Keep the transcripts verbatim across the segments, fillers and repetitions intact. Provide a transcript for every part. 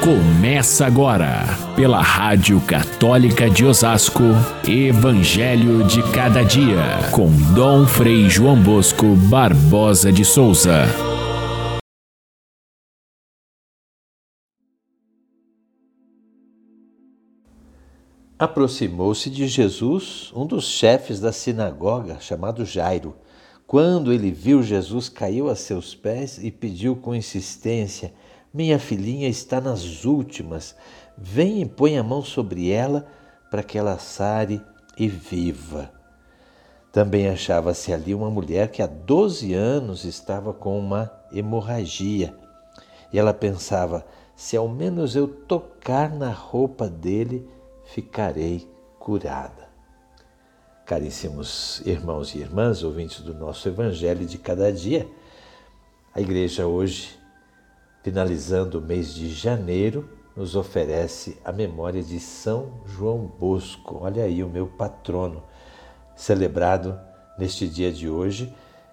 Começa agora, pela Rádio Católica de Osasco, Evangelho de Cada Dia, com Dom Frei João Bosco Barbosa de Souza. Aproximou-se de Jesus um dos chefes da sinagoga, chamado Jairo. Quando ele viu Jesus, caiu a seus pés e pediu com insistência: minha filhinha está nas últimas, vem e põe a mão sobre ela para que ela sare e viva. Também achava-se ali uma mulher que há doze anos estava com uma hemorragia. E ela pensava: se ao menos eu tocar na roupa dele, ficarei curada. Caríssimos irmãos e irmãs, ouvintes do nosso Evangelho de Cada Dia, a igreja hoje, finalizando o mês de janeiro, nos oferece a memória de São João Bosco. Olha aí o meu patrono, celebrado neste dia de hoje,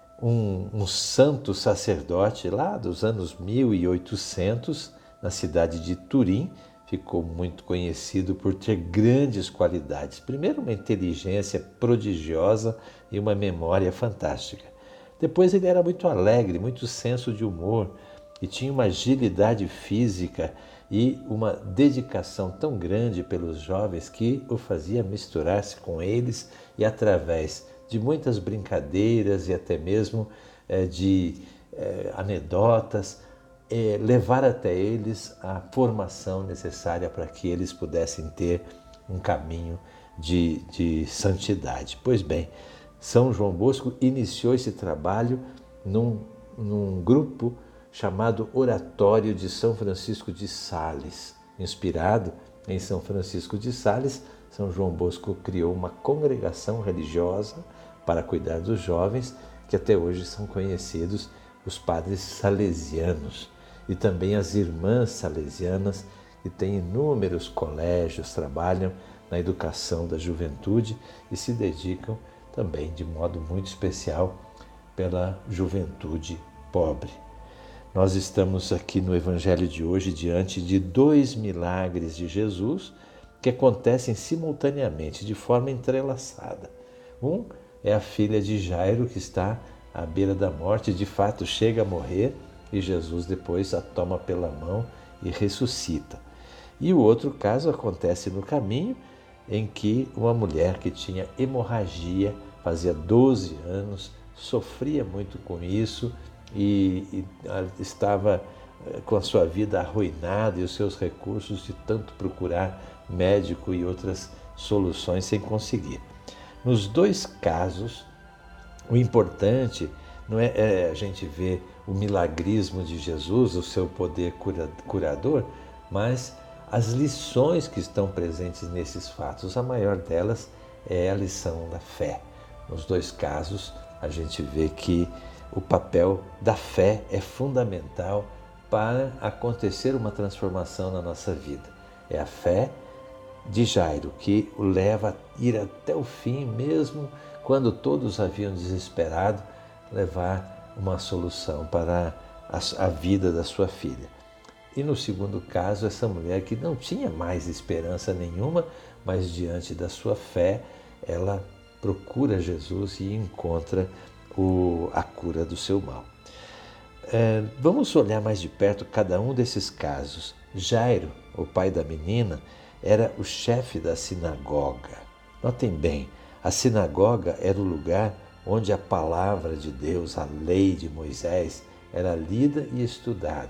um, um santo sacerdote lá dos anos mil e oitocentos, na cidade de Turim. Ficou muito conhecido por ter grandes qualidades. Primeiro, uma inteligência prodigiosa e uma memória fantástica. Depois, ele era muito alegre, muito senso de humor e tinha uma agilidade física e uma dedicação tão grande pelos jovens que o fazia misturar-se com eles e, através de muitas brincadeiras e até mesmo é, de é, anedotas, É, levar até eles a formação necessária para que eles pudessem ter um caminho de, de santidade. Pois bem, São João Bosco iniciou esse trabalho num, num grupo chamado Oratório de São Francisco de Sales. Inspirado em São Francisco de Sales, São João Bosco criou uma congregação religiosa para cuidar dos jovens, que até hoje são conhecidos os padres salesianos. E também as irmãs salesianas, que têm inúmeros colégios, trabalham na educação da juventude e se dedicam também de modo muito especial pela juventude pobre. Nós estamos aqui no Evangelho de hoje diante de dois milagres de Jesus que acontecem simultaneamente, de forma entrelaçada. Um é a filha de Jairo, que está à beira da morte, de fato chega a morrer, e Jesus depois a toma pela mão e ressuscita. E o outro caso acontece no caminho, em que uma mulher que tinha hemorragia, fazia doze anos, sofria muito com isso e, e estava com a sua vida arruinada e os seus recursos de tanto procurar médico e outras soluções sem conseguir. Nos dois casos, o importante não é, é a gente ver o milagrismo de Jesus, o seu poder cura, curador, mas as lições que estão presentes nesses fatos. A maior delas é a lição da fé. Nos dois casos, a gente vê que o papel da fé é fundamental para acontecer uma transformação na nossa vida. É a fé de Jairo que o leva a ir até o fim, mesmo quando todos haviam desesperado, levar uma solução para a, a vida da sua filha. E no segundo caso, essa mulher que não tinha mais esperança nenhuma, mas diante da sua fé, ela procura Jesus e encontra o, a cura do seu mal. É, vamos olhar mais de perto cada um desses casos. Jairo, o pai da menina, era o chefe da sinagoga. Notem bem, a sinagoga era o lugar onde a palavra de Deus, a lei de Moisés, era lida e estudada.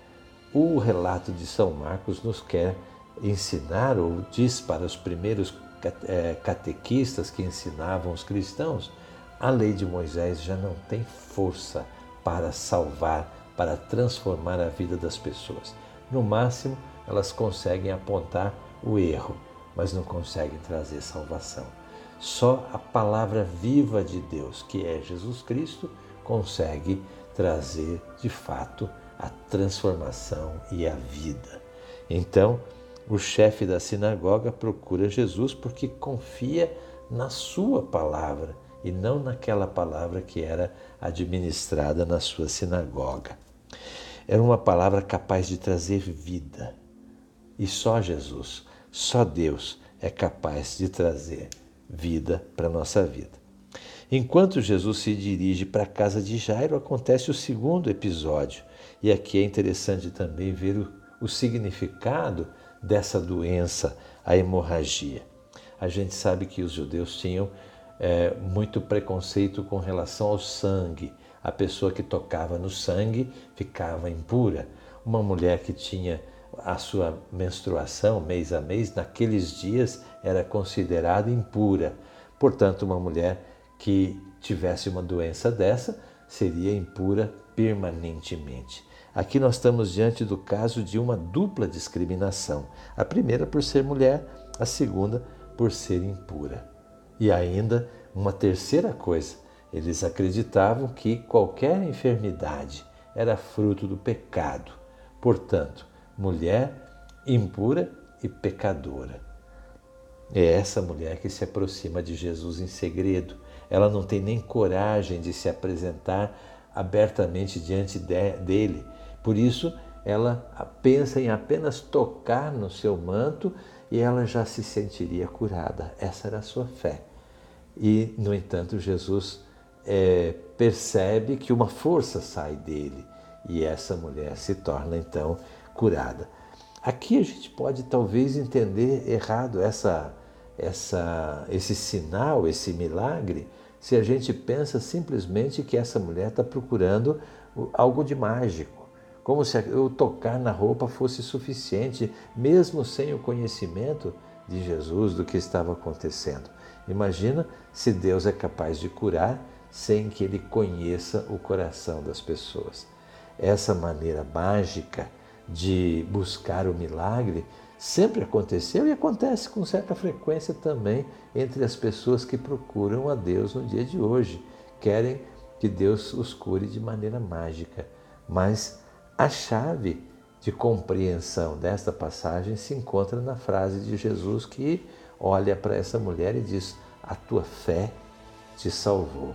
O relato de São Marcos nos quer ensinar, ou diz para os primeiros catequistas que ensinavam os cristãos, a lei de Moisés já não tem força para salvar, para transformar a vida das pessoas. No máximo, elas conseguem apontar o erro, mas não conseguem trazer salvação. Só a palavra viva de Deus, que é Jesus Cristo, consegue trazer, de fato, a transformação e a vida. Então, o chefe da sinagoga procura Jesus porque confia na sua palavra e não naquela palavra que era administrada na sua sinagoga. Era uma palavra capaz de trazer vida, E só Jesus, só Deus é capaz de trazer vida para a nossa vida. Enquanto Jesus se dirige para a casa de Jairo, acontece o segundo episódio. E aqui é interessante também ver o, o significado dessa doença, a hemorragia. A gente sabe que os judeus tinham é, muito preconceito com relação ao sangue. A pessoa que tocava no sangue ficava impura. Uma mulher que tinha a sua menstruação mês a mês, naqueles dias era considerada impura. Portanto, uma mulher que tivesse uma doença dessa seria impura permanentemente. Aqui nós estamos diante do caso de uma dupla discriminação. A primeira por ser mulher, a segunda por ser impura. E ainda uma terceira coisa, eles acreditavam que qualquer enfermidade era fruto do pecado. Portanto, mulher impura e pecadora. É essa mulher que se aproxima de Jesus em segredo. Ela não tem nem coragem de se apresentar abertamente diante de, dele. Por isso, ela pensa em apenas tocar no seu manto e ela já se sentiria curada. Essa era a sua fé. E, no entanto, Jesus é, percebe que uma força sai dele e essa mulher se torna, então, curada. Aqui a gente pode talvez entender errado essa, essa, esse sinal, esse milagre, se a gente pensa simplesmente que essa mulher está procurando algo de mágico, como se eu tocar na roupa fosse suficiente, mesmo sem o conhecimento de Jesus do que estava acontecendo. Imagina se Deus é capaz de curar sem que Ele conheça o coração das pessoas. Essa maneira mágica de buscar o milagre sempre aconteceu e acontece com certa frequência também entre as pessoas que procuram a Deus no dia de hoje. Querem que Deus os cure de maneira mágica. Mas a chave de compreensão desta passagem se encontra na frase de Jesus que olha para essa mulher e diz: a tua fé te salvou.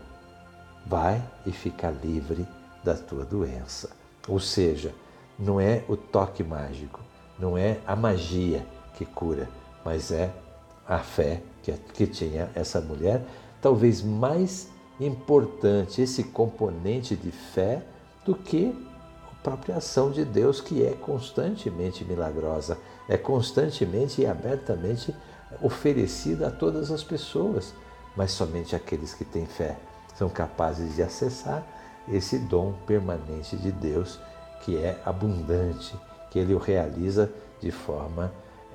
Vai e fica livre da tua doença. Ou seja, não é o toque mágico, não é a magia que cura, mas é a fé que, que tinha essa mulher. Talvez mais importante esse componente de fé do que a própria ação de Deus, que é constantemente milagrosa, é constantemente e abertamente oferecida a todas as pessoas, mas somente aqueles que têm fé são capazes de acessar esse dom permanente de Deus, que é abundante, que Ele o realiza de forma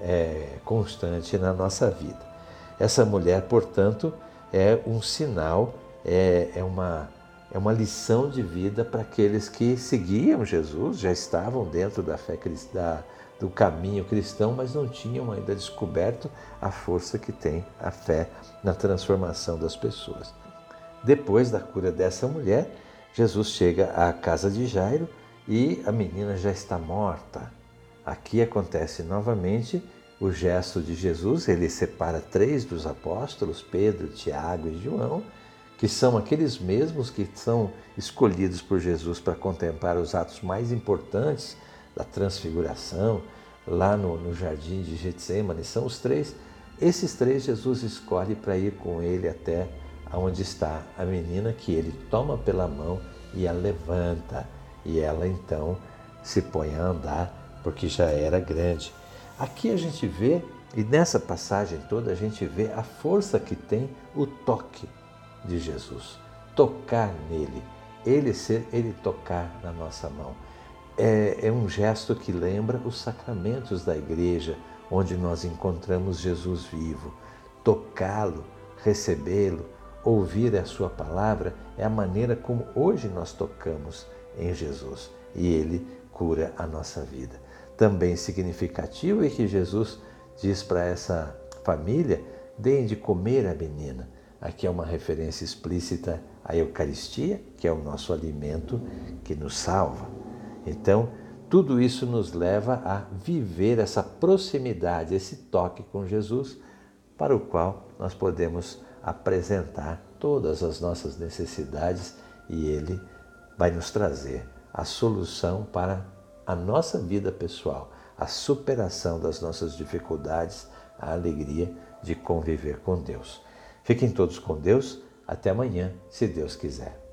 é, constante na nossa vida. Essa mulher, portanto, é um sinal, é, é, uma, é uma lição de vida para aqueles que seguiam Jesus, já estavam dentro da fé cristã, do caminho cristão, mas não tinham ainda descoberto a força que tem a fé na transformação das pessoas. Depois da cura dessa mulher, Jesus chega à casa de Jairo e a menina já está morta. Aqui acontece novamente o gesto de Jesus, ele separa três dos apóstolos, Pedro, Tiago e João, que são aqueles mesmos que são escolhidos por Jesus para contemplar os atos mais importantes da transfiguração, lá no, no jardim de Getsêmani. São os três, esses três Jesus escolhe para ir com ele até onde está a menina, que ele toma pela mão e a levanta, e ela então se põe a andar, porque já era grande. Aqui a gente vê, e nessa passagem toda a gente vê a força que tem o toque de Jesus, tocar nele, ele ser, ele tocar na nossa mão. É, é um gesto que lembra os sacramentos da igreja, onde nós encontramos Jesus vivo. Tocá-lo, recebê-lo, ouvir a sua palavra é a maneira como hoje nós tocamos em Jesus e ele cura a nossa vida. Também significativo é que Jesus diz para essa família: deem de comer a menina. Aqui é uma referência explícita à Eucaristia, que é o nosso alimento que nos salva. Então, tudo isso nos leva a viver essa proximidade, esse toque com Jesus, para o qual nós podemos apresentar todas as nossas necessidades e Ele vai nos trazer a solução para a nossa vida pessoal, a superação das nossas dificuldades, a alegria de conviver com Deus. Fiquem todos com Deus. Até amanhã, se Deus quiser.